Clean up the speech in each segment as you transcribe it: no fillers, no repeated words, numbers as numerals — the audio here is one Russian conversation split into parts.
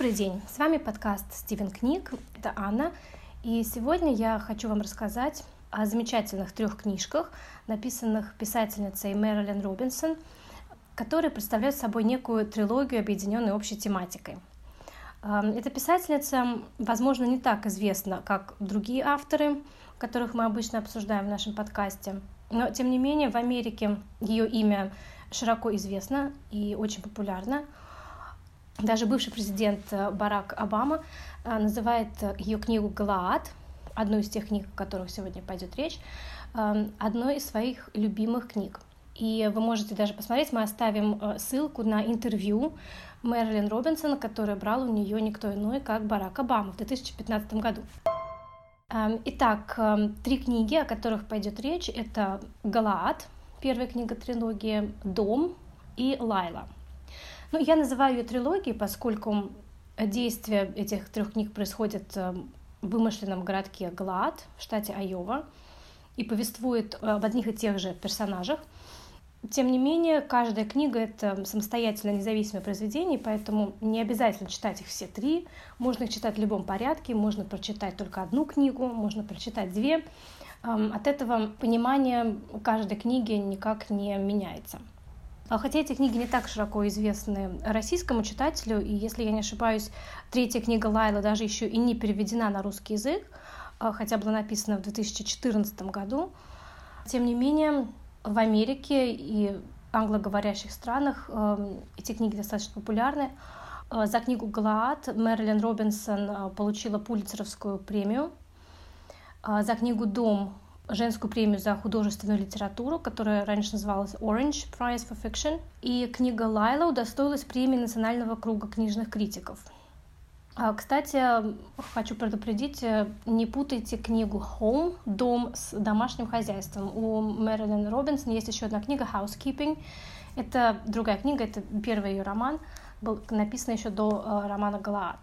Добрый день, с вами подкаст «Стивен Книг», это Анна, и сегодня я хочу вам рассказать о замечательных 3 книжках, написанных писательницей Мэрилин Робинсон, которые представляют собой некую трилогию, объединенную общей тематикой. Эта писательница, возможно, не так известна, как другие авторы, которых мы обычно обсуждаем в нашем подкасте, но, тем не менее, в Америке ее имя широко известно и очень популярно. Даже бывший президент Барак Обама называет ее книгу «Галаад», одну из тех книг, о которых сегодня пойдет речь, одной из своих любимых книг. И вы можете даже посмотреть, мы оставим ссылку на интервью Мэрилин Робинсон, которое брал у нее никто иной, как Барак Обама в 2015 году. Итак, 3 книги, о которых пойдет речь, это «Галаад», первая книга трилогии, «Дом» и «Лайла». Я называю ее трилогией, поскольку действие этих 3 книг происходит в вымышленном городке Галаад в штате Айова и повествует об одних и тех же персонажах. Тем не менее, каждая книга — это самостоятельно независимое произведение, поэтому не обязательно читать их все 3. Можно их читать в любом порядке, можно прочитать только одну книгу, можно прочитать 2. От этого понимание каждой книги никак не меняется. Хотя эти книги не так широко известны российскому читателю, и, если я не ошибаюсь, 3-я книга «Лайла» даже еще и не переведена на русский язык, хотя была написана в 2014 году. Тем не менее, в Америке и англоговорящих странах эти книги достаточно популярны. За книгу «Галаад» Мэрилин Робинсон получила Пулитцеровскую премию. За книгу «Дом» женскую премию за художественную литературу, которая раньше называлась Orange Prize for Fiction. И книга «Лайла» удостоилась премии Национального круга книжных критиков. Кстати, хочу предупредить, не путайте книгу «Home» — «Дом» с «Домашним хозяйством». У Мэрилин Робинсон есть еще одна книга «Housekeeping». Это другая книга, это первый ее роман, был написан еще до романа «Галаад».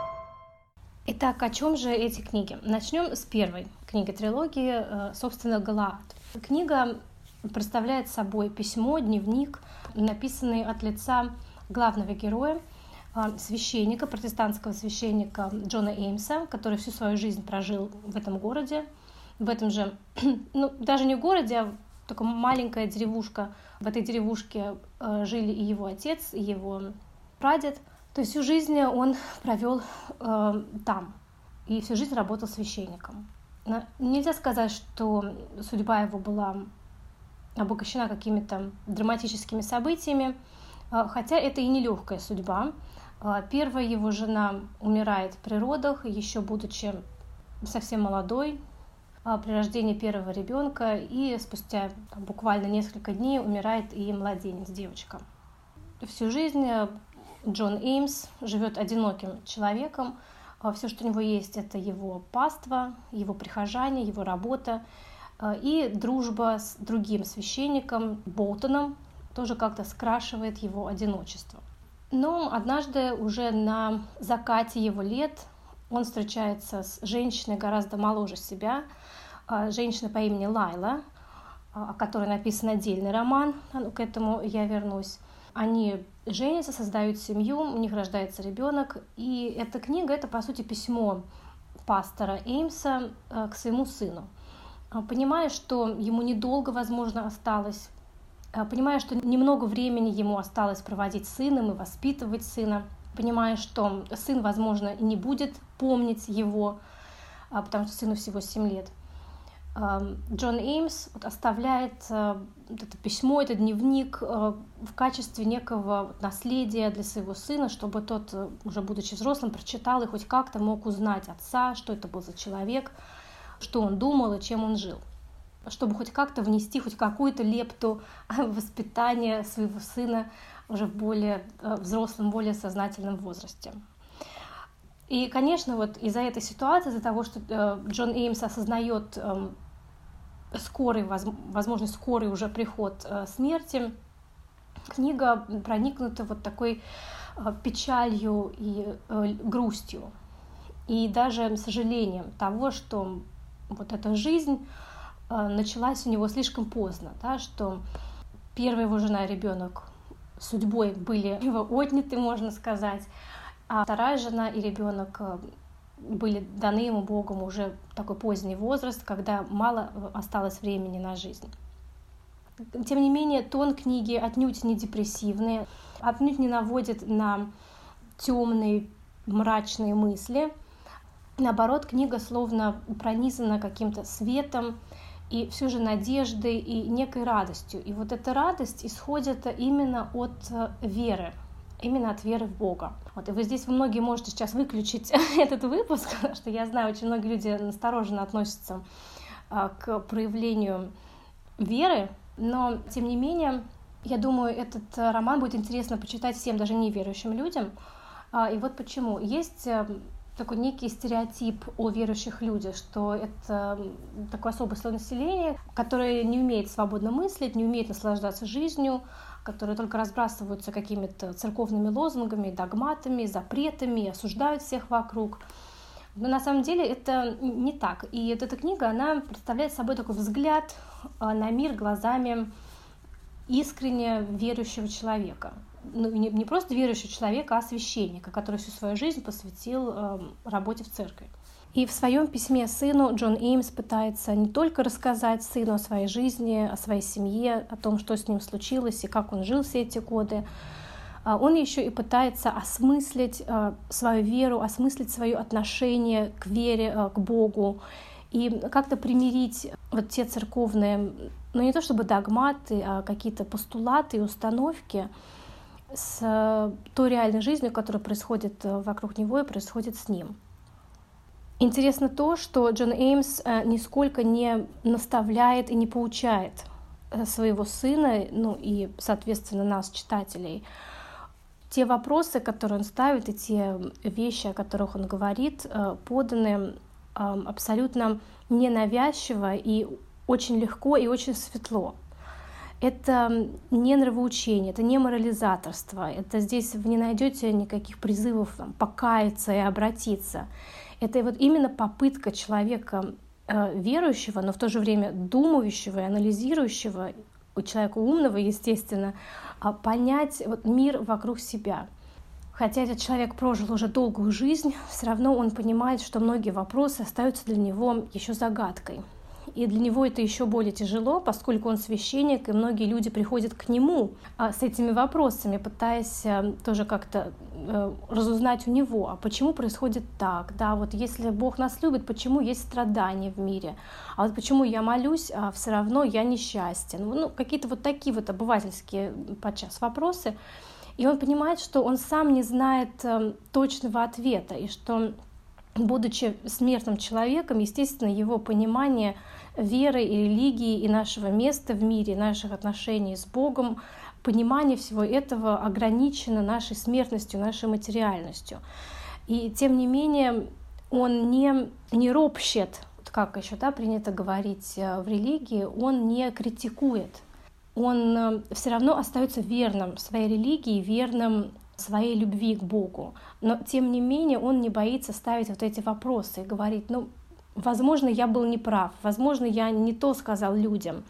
Итак, о чем же эти книги? Начнем с первой книги трилогии, собственно, «Галаад». Книга представляет собой письмо, дневник, написанный от лица главного героя, священника, протестантского священника Джона Эймса, который всю свою жизнь прожил в этом городе, в этом же, даже не городе, а только маленькая деревушка. В этой деревушке жили и его отец, и его прадед. То есть всю жизнь он провел там и всю жизнь работал священником. Нельзя сказать, что судьба его была обогащена какими-то драматическими событиями, хотя это и нелегкая судьба. Первая его жена умирает при родах, еще будучи совсем молодой, при рождении первого ребенка, и спустя буквально несколько дней умирает и младенец, девочка. Всю жизнь Джон Эймс живет одиноким человеком. Все, что у него есть, это его паства, его прихожане, его работа и дружба с другим священником Болтоном тоже как-то скрашивает его одиночество. Но однажды уже на закате его лет он встречается с женщиной гораздо моложе себя, женщиной по имени Лайла, о которой написан отдельный роман, к этому я вернусь. Они женятся, создают семью, у них рождается ребенок, и эта книга — это, по сути, письмо пастора Эймса к своему сыну. Понимая, что ему недолго, возможно, осталось, понимая, что немного времени ему осталось проводить с сыном и воспитывать сына, понимая, что сын, возможно, не будет помнить его, потому что сыну всего 7 лет, Джон Эймс оставляет это письмо, этот дневник в качестве некого наследия для своего сына, чтобы тот, уже будучи взрослым, прочитал и хоть как-то мог узнать отца, что это был за человек, что он думал и чем он жил, чтобы хоть как-то внести хоть какую-то лепту в воспитание своего сына уже в более взрослом, более сознательном возрасте. И, конечно, вот из-за этой ситуации, из-за того, что Джон Эймс осознает возможно, скорый уже приход смерти, книга проникнута вот такой печалью и грустью, и даже сожалением того, что вот эта жизнь началась у него слишком поздно, да, что первая его жена и ребенок судьбой были его отняты, можно сказать, а вторая жена и ребенок были даны ему Богом уже в такой поздний возраст, когда мало осталось времени на жизнь. Тем не менее, тон книги отнюдь не депрессивный, отнюдь не наводит на темные, мрачные мысли. Наоборот, книга словно пронизана каким-то светом и все же надеждой и некой радостью. И вот эта радость исходит именно от веры, именно от веры в Бога. Вот, и вы здесь многие можете сейчас выключить этот выпуск, потому что я знаю, очень многие люди настороженно относятся к проявлению веры, но, тем не менее, я думаю, этот роман будет интересно почитать всем, даже неверующим людям. И вот почему. Есть такой некий стереотип о верующих людях, что это такой особый слой населения, который не умеет свободно мыслить, не умеет наслаждаться жизнью, которые только разбрасываются какими-то церковными лозунгами, догматами, запретами, осуждают всех вокруг. Но на самом деле это не так. И эта книга, она представляет собой такой взгляд на мир глазами искренне верующего человека. Ну, не просто верующего человека, а священника, который всю свою жизнь посвятил работе в церкви. И в своем письме сыну Джон Эймс пытается не только рассказать сыну о своей жизни, о своей семье, о том, что с ним случилось и как он жил все эти годы, он еще и пытается осмыслить свою веру, осмыслить свое отношение к вере, к Богу, и как-то примирить вот те церковные, ну не то чтобы догматы, а какие-то постулаты и установки с той реальной жизнью, которая происходит вокруг него и происходит с ним. Интересно то, что Джон Эймс нисколько не наставляет и не поучает своего сына, ну и, соответственно, нас, читателей. Те вопросы, которые он ставит, и те вещи, о которых он говорит, поданы абсолютно ненавязчиво и очень легко и очень светло. Это не нравоучение, это не морализаторство. Это здесь вы не найдете никаких призывов покаяться и обратиться. Это вот именно попытка человека верующего, но в то же время думающего и анализирующего, у человека умного, естественно, понять вот мир вокруг себя. Хотя этот человек прожил уже долгую жизнь, все равно он понимает, что многие вопросы остаются для него еще загадкой. И для него это еще более тяжело, поскольку он священник, и многие люди приходят к нему с этими вопросами, пытаясь тоже как-то разузнать у него, а почему происходит так, да, вот если Бог нас любит, почему есть страдания в мире, а вот почему я молюсь, а все равно я несчастен. Ну, какие-то вот такие вот обывательские подчас вопросы. И он понимает, что он сам не знает точного ответа, и что, будучи смертным человеком, естественно, его понимание веры и религии, и нашего места в мире, наших отношений с Богом, понимание всего этого ограничено нашей смертностью, нашей материальностью. И тем не менее он не ропщет, как еще принято говорить в религии, он не критикует. Он все равно остается верным своей религии, верным своей любви к Богу. Но тем не менее он не боится ставить вот эти вопросы и говорить, возможно, я был неправ, возможно, я не то сказал людям.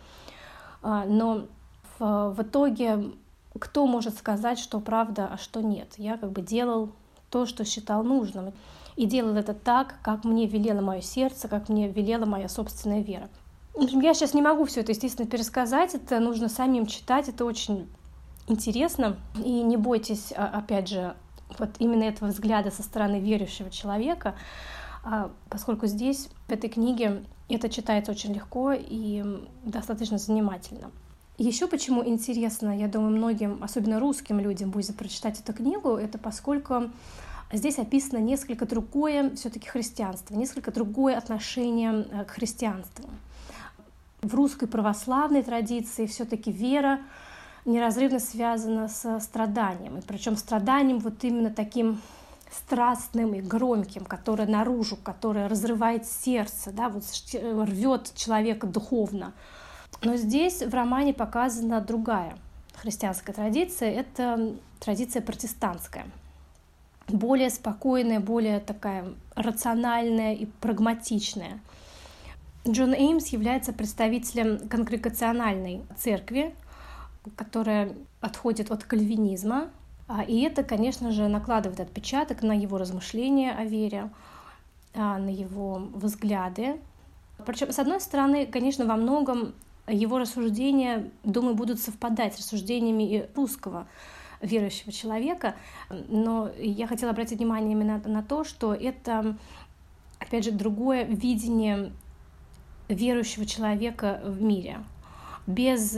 Но в итоге кто может сказать, что правда, а что нет? Я делал то, что считал нужным. И делал это так, как мне велело мое сердце, как мне велела моя собственная вера. Я сейчас не могу все это, естественно, пересказать. Это нужно самим читать, это очень интересно. И не бойтесь, опять же, вот именно этого взгляда со стороны верующего человека, поскольку здесь, в этой книге, это читается очень легко и достаточно занимательно. Еще почему интересно, я думаю, многим, особенно русским людям, будет прочитать эту книгу, это поскольку здесь описано несколько другое все-таки христианство, несколько другое отношение к христианству. В русской православной традиции все-таки вера неразрывно связана со страданием, и причем страданием вот именно таким страстным и громким, которое наружу, которое разрывает сердце, рвет человека духовно. Но здесь в романе показана другая христианская традиция, это традиция протестантская, более спокойная, более такая рациональная и прагматичная. Джон Эймс является представителем конгрегациональной церкви, которая отходит от кальвинизма, И это, конечно же, накладывает отпечаток на его размышления о вере, на его взгляды. Причем, с одной стороны, конечно, во многом его рассуждения, думаю, будут совпадать с рассуждениями и русского верующего человека, но я хотела обратить внимание именно на то, что это, опять же, другое видение верующего человека в мире, без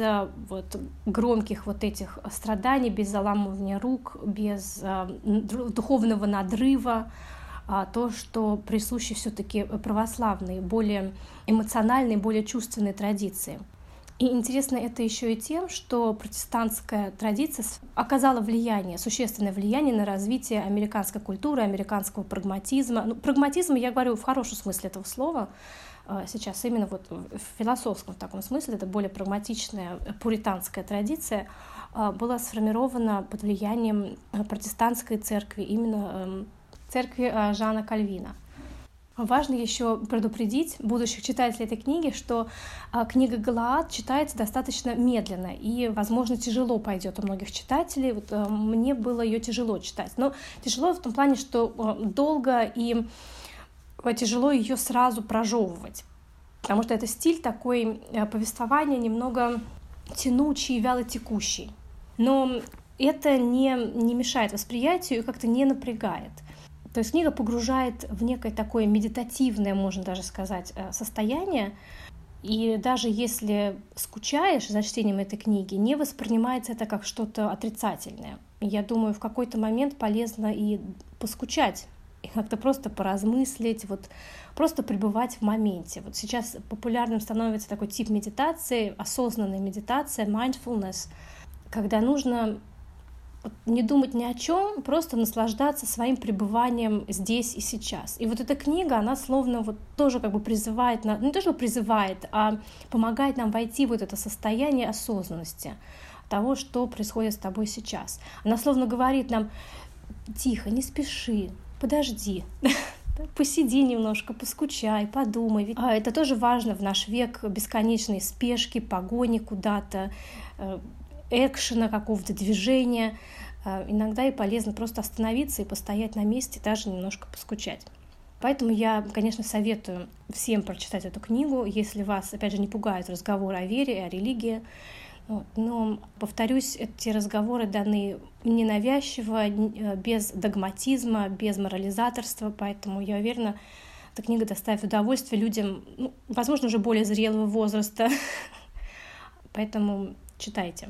громких этих страданий, без заламывания рук, без духовного надрыва, то, что присуще все-таки православной, более эмоциональной, более чувственной традиции. И интересно это еще и тем, что протестантская традиция оказала существенное влияние на развитие американской культуры, американского прагматизма. Прагматизм, я говорю в хорошем смысле этого слова, сейчас именно в философском таком смысле, это более прагматичная пуританская традиция была сформирована под влиянием протестантской церкви, именно церкви Жана Кальвина. Важно еще предупредить будущих читателей этой книги, что книга «Галаад» читается достаточно медленно и, возможно, тяжело пойдет у многих читателей. Мне было ее тяжело читать. Но тяжело в том плане, что долго и тяжело ее сразу прожевывать, потому что это стиль такой повествования немного тянучий, вялотекущий. Но это не мешает восприятию и как-то не напрягает. То есть книга погружает в некое такое медитативное, можно даже сказать, состояние. И даже если скучаешь за чтением этой книги, не воспринимается это как что-то отрицательное. Я думаю, в какой-то момент полезно и поскучать, и как-то просто поразмыслить, просто пребывать в моменте. Сейчас популярным становится такой тип медитации, осознанная медитация, mindfulness, когда нужно не думать ни о чем, просто наслаждаться своим пребыванием здесь и сейчас. И эта книга, она словно тоже призывает, не то что призывает, а помогает нам войти в это состояние осознанности того, что происходит с тобой сейчас. Она словно говорит нам: тихо, не спеши, подожди, посиди немножко, поскучай, подумай. Это тоже важно в наш век бесконечной спешки, погони куда-то, экшена, какого-то движения. Иногда и полезно просто остановиться и постоять на месте, даже немножко поскучать. Поэтому я, конечно, советую всем прочитать эту книгу, если вас, опять же, не пугают разговоры о вере и о религии. Но, повторюсь, эти разговоры даны ненавязчиво, без догматизма, без морализаторства, поэтому я уверена, эта книга доставит удовольствие людям, возможно, уже более зрелого возраста. Поэтому читайте.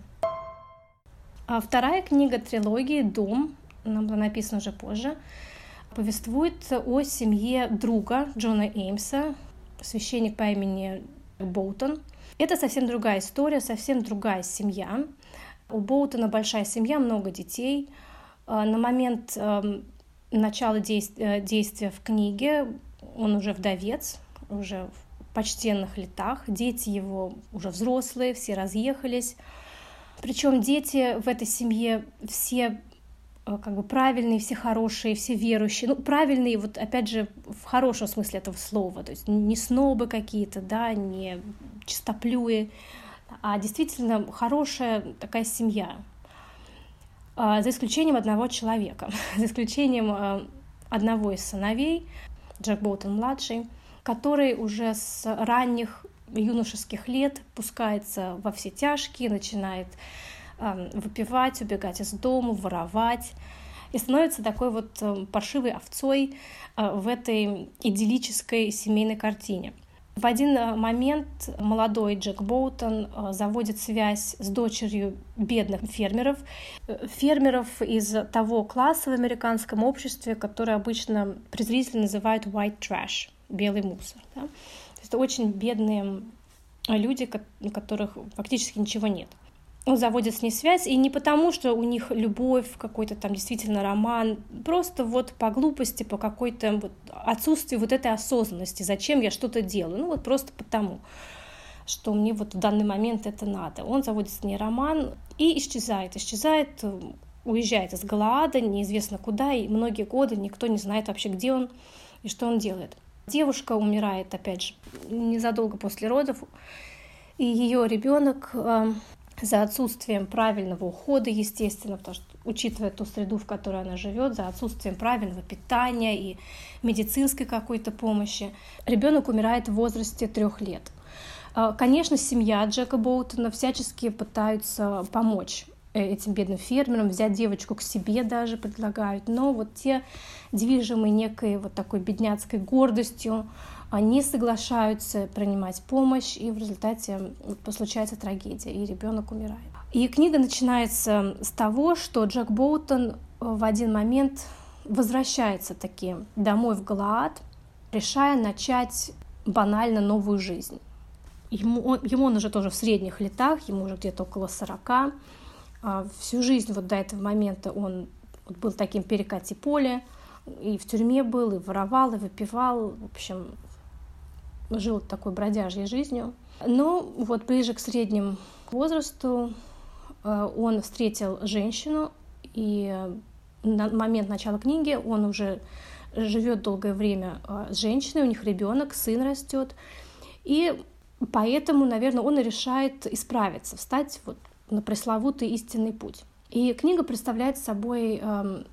А вторая книга трилогии «Дом», она была написана уже позже, повествует о семье друга Джона Эймса, священник по имени Боутон. Это совсем другая история, совсем другая семья. У Боутона большая семья, много детей. На момент начала действия в книге он уже вдовец, уже в почтенных летах. Дети его уже взрослые, все разъехались. Причем дети в этой семье все правильные, все хорошие, все верующие. Правильные, опять же, в хорошем смысле этого слова. То есть не снобы какие-то, да, не чистоплюи, а действительно хорошая такая семья. За исключением одного человека, за исключением одного из сыновей, Джек Боутон-младший, который уже с ранних юношеских лет пускается во все тяжкие, начинает выпивать, убегать из дома, воровать и становится такой паршивой овцой в этой идиллической семейной картине. В один момент молодой Джек Боутон заводит связь с дочерью бедных фермеров из того класса в американском обществе, который обычно презрительно называют white trash, белый мусор. Да? Это очень бедные люди, у которых фактически ничего нет. Он заводит с ней связь, и не потому, что у них любовь, какой-то там действительно роман, просто по глупости, по какой-то отсутствию этой осознанности, зачем я что-то делаю. Просто потому, что мне в данный момент это надо. Он заводит с ней роман и исчезает, уезжает из Галаада, неизвестно куда, и многие годы никто не знает вообще, где он и что он делает. Девушка умирает, опять же, незадолго после родов, и ее ребенок за отсутствием правильного ухода, естественно, потому что, учитывая ту среду, в которой она живет, за отсутствием правильного питания и медицинской какой-то помощи, ребенок умирает в возрасте 3 лет. Конечно, семья Джека Боутона всячески пытаются помочь этим бедным фермерам, взять девочку к себе даже предлагают, но вот те, движимые некой вот такой бедняцкой гордостью, не соглашаются принимать помощь, и в результате случается трагедия, и ребенок умирает. И книга начинается с того, что Джек Боутон в один момент возвращается таки домой в Галаад, решая начать банально новую жизнь. Ему он уже тоже в средних летах, ему уже где-то около 40. Всю жизнь вот до этого момента он был таким перекати поле, и в тюрьме был, и воровал, и выпивал, в общем, жил такой бродяжьей жизнью. Но вот ближе к среднему возрасту он встретил женщину, и на момент начала книги он уже живет долгое время с женщиной, у них ребенок, сын растет, и поэтому, наверное, он и решает исправиться, встать вот на пресловутый истинный путь. И книга представляет собой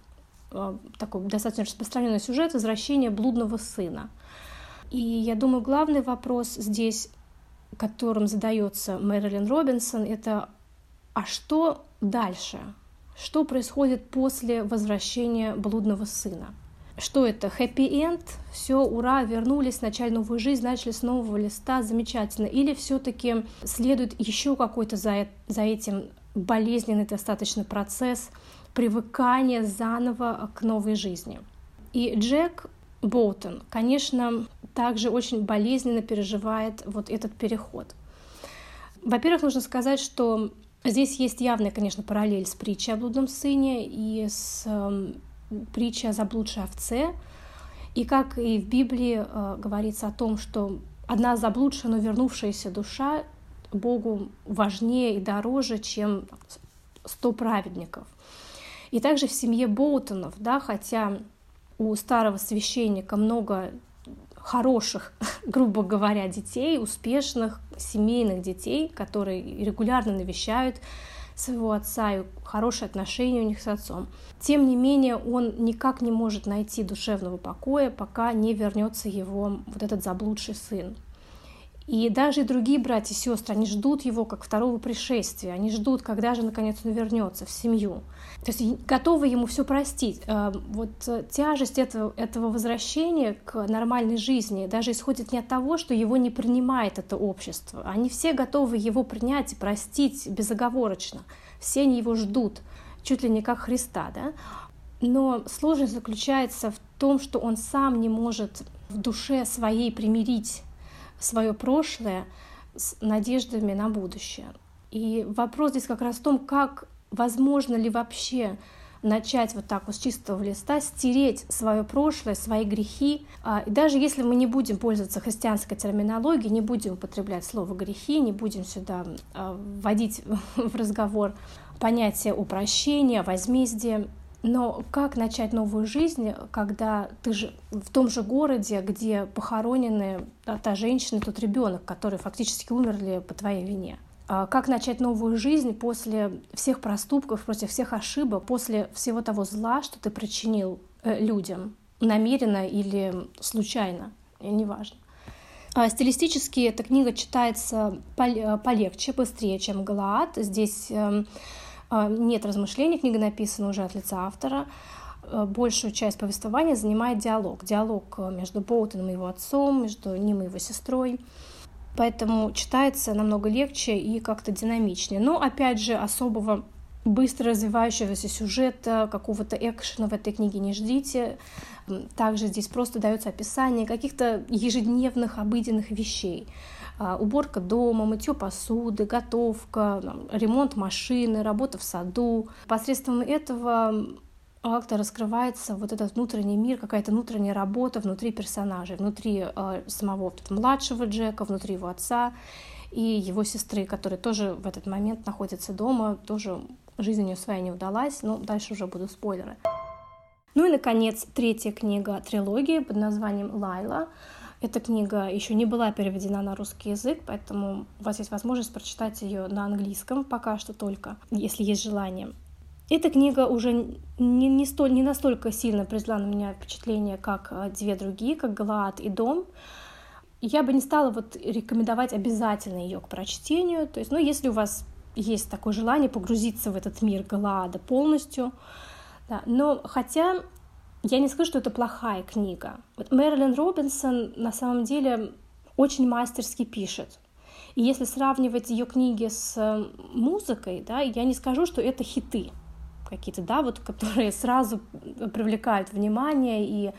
такой достаточно распространенный сюжет возвращения блудного сына. И я думаю, главный вопрос здесь, которым задается Мэрилин Робинсон, это: а что дальше? Что происходит после возвращения блудного сына? Что это? Хэппи-энд? Все, ура, вернулись, начали новую жизнь, начали с нового листа, замечательно. Или все-таки следует еще какой-то за этим болезненный достаточно процесс привыкания заново к новой жизни? И Джек Боутон, конечно, также очень болезненно переживает вот этот переход. Во-первых, нужно сказать, что здесь есть явная, конечно, параллель с притчей о блудном сыне и с притчей о заблудшей овце. И как и в Библии говорится о том, что одна заблудшая, но вернувшаяся душа Богу важнее и дороже, чем 100 праведников. И также в семье Боутонов, да, хотя у старого священника много хороших, грубо говоря, детей, успешных семейных детей, которые регулярно навещают своего отца, и хорошие отношения у них с отцом. Тем не менее, он никак не может найти душевного покоя, пока не вернется его вот этот заблудший сын. И даже другие братья и сестры, они ждут его как второго пришествия, они ждут, когда же наконец он вернется в семью. То есть готовы ему все простить. Вот тяжесть этого возвращения к нормальной жизни даже исходит не от того, что его не принимает это общество. Они все готовы его принять и простить безоговорочно. Все они его ждут, чуть ли не как Христа, да? Но сложность заключается в том, что он сам не может в душе своей примирить свое прошлое с надеждами на будущее. И вопрос здесь как раз в том, как возможно ли вообще начать вот так вот с чистого листа, стереть свое прошлое, свои грехи. И даже если мы не будем пользоваться христианской терминологией, не будем употреблять слово «грехи», не будем сюда вводить в разговор понятие о прощении, о возмездии, но как начать новую жизнь, когда ты же в том же городе, где похоронены та женщина, тот ребенок, которые фактически умерли по твоей вине? Как начать новую жизнь после всех проступков, после всех ошибок, после всего того зла, что ты причинил людям, намеренно или случайно, неважно. Стилистически эта книга читается полегче, быстрее, чем «Галаад». Здесь нет размышлений, книга написана уже от лица автора. Большую часть повествования занимает диалог. Диалог между Боутоном и его отцом, между ним и его сестрой. Поэтому читается намного легче и как-то динамичнее. Но, опять же, особого быстро развивающегося сюжета, какого-то экшена в этой книге не ждите. Также здесь просто дается описание каких-то ежедневных, обыденных вещей. Уборка дома, мытье посуды, готовка, ремонт машины, работа в саду. Посредством этого как-то раскрывается вот этот внутренний мир, какая-то внутренняя работа внутри персонажей, внутри самого младшего Джека, внутри его отца и его сестры, которая тоже в этот момент находится дома, тоже жизнь у нее своя не удалась, но дальше уже будут спойлеры. Ну и, наконец, третья книга трилогии под названием «Лайла». Эта книга еще не была переведена на русский язык, поэтому у вас есть возможность прочитать ее на английском пока что только, если есть желание. Эта книга уже не настолько сильно произвела на меня впечатление, как две другие, как «Галаад» и «Дом». Я бы не стала рекомендовать обязательно ее к прочтению. То есть, если у вас есть такое желание погрузиться в этот мир Галаада полностью, да, но хотя я не скажу, что это плохая книга. Мэрилин Робинсон на самом деле очень мастерски пишет. И если сравнивать ее книги с музыкой, да, я не скажу, что это хиты какие-то, да, которые сразу привлекают внимание и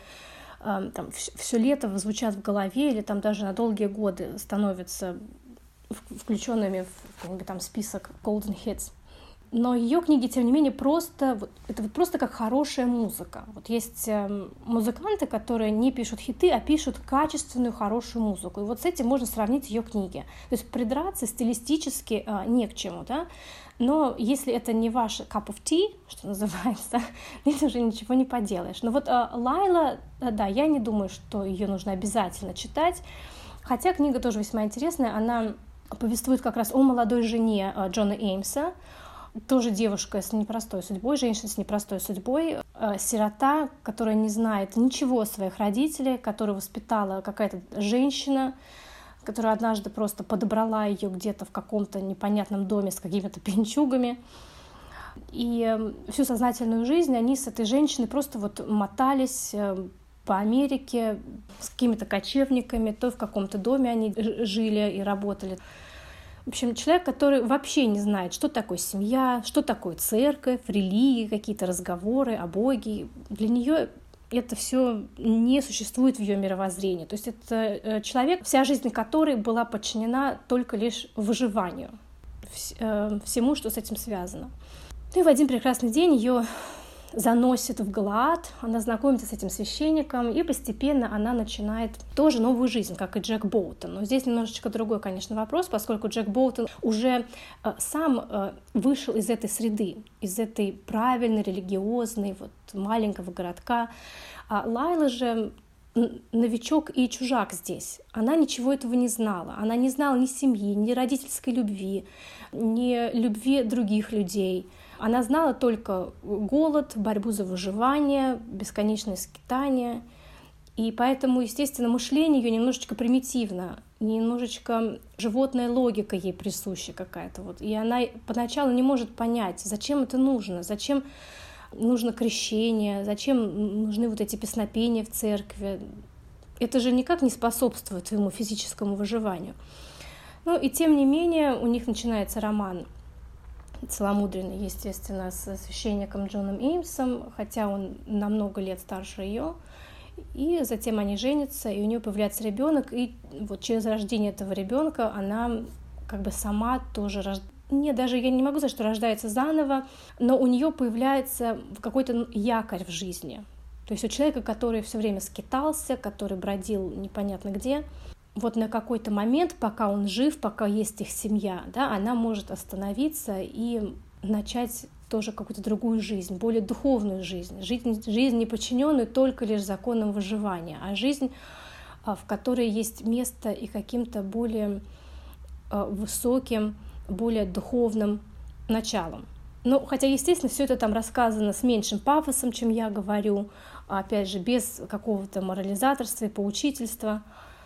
все лето звучат в голове или там даже на долгие годы становятся включенными в какой-нибудь список Golden Hits. Но ее книги, тем не менее, это просто как хорошая музыка. Есть музыканты, которые не пишут хиты, а пишут качественную, хорошую музыку. И с этим можно сравнить ее книги. То есть придраться стилистически не к чему, да? Но если это не ваш cup of tea, что называется, здесь уже ничего не поделаешь. Но Лайла, да, я не думаю, что ее нужно обязательно читать. Хотя книга тоже весьма интересная. Она повествует как раз о молодой жене Джона Эймса, тоже девушка с непростой судьбой, женщина с непростой судьбой, сирота, которая не знает ничего о своих родителей, которую воспитала какая-то женщина, которая однажды просто подобрала ее где-то в каком-то непонятном доме с какими-то пьянчугами. И всю сознательную жизнь они с этой женщиной просто мотались по Америке с какими-то кочевниками, то в каком-то доме они жили и работали. В общем, человек, который вообще не знает, что такое семья, что такое церковь, религии, какие-то разговоры о Боге. Для нее это все не существует в ее мировоззрении. То есть это человек, вся жизнь которой была подчинена только лишь выживанию, всему, что с этим связано. И в один прекрасный день ее заносит в Галаад, она знакомится с этим священником, и постепенно она начинает тоже новую жизнь, как и Джек Боултон. Но здесь немножечко другой, конечно, вопрос, поскольку Джек Боултон уже сам вышел из этой среды, из этой правильной, религиозной, маленького городка. А Лайла же новичок и чужак здесь. Она ничего этого не знала. Она не знала ни семьи, ни родительской любви, ни любви других людей. Она знала только голод, борьбу за выживание, бесконечное скитание. И поэтому, естественно, мышление ее немножечко примитивно, немножечко животная логика ей присуща какая-то. И она поначалу не может понять, зачем это нужно, зачем нужно крещение, зачем нужны эти песнопения в церкви. Это же никак не способствует твоему физическому выживанию. И тем не менее у них начинается роман целомудренный, естественно, с священником Джоном Эймсом, хотя он на много лет старше ее. И затем они женятся, и у нее появляется ребенок, и через рождение этого ребенка она сама тоже даже я не могу сказать, что рождается заново, но у нее появляется какой-то якорь в жизни. То есть у человека, который все время скитался, который бродил непонятно где, на какой-то момент, пока он жив, пока есть их семья, да, она может остановиться и начать тоже какую-то другую жизнь, более духовную жизнь, жизнь не подчиненную только лишь законам выживания, а жизнь, в которой есть место и каким-то более высоким, более духовным началом. Хотя, естественно, все это там рассказано с меньшим пафосом, чем я говорю, опять же, без какого-то морализаторства и поучительства.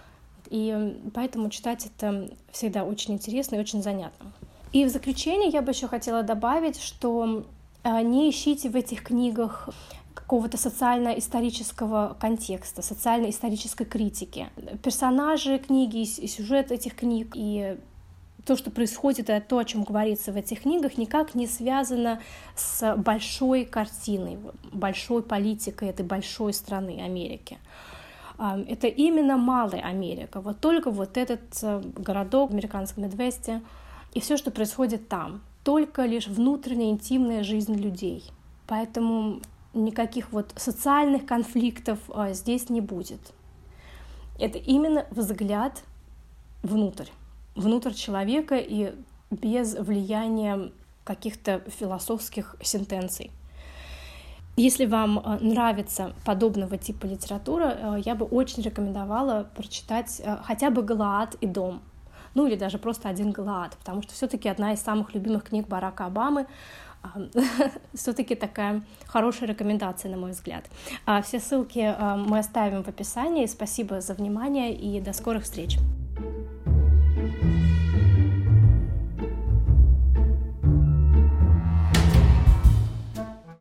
И поэтому читать это всегда очень интересно и очень занятно. И в заключение я бы еще хотела добавить, что не ищите в этих книгах какого-то социально-исторического контекста, социально-исторической критики. Персонажи книги и сюжет этих книг, и то, что происходит, и то, о чем говорится в этих книгах, никак не связано с большой картиной, большой политикой этой большой страны Америки. Это именно малая Америка, только этот городок в американском Мидвесте и все, что происходит там, только лишь внутренняя интимная жизнь людей. Поэтому никаких социальных конфликтов здесь не будет. Это именно взгляд внутрь человека и без влияния каких-то философских сентенций. Если вам нравится подобного типа литература, я бы очень рекомендовала прочитать хотя бы «Галаад и дом», ну или даже просто один «Галаад», потому что все-таки одна из самых любимых книг Барака Обамы, все-таки такая хорошая рекомендация, на мой взгляд. Все ссылки мы оставим в описании. Спасибо за внимание и до скорых встреч.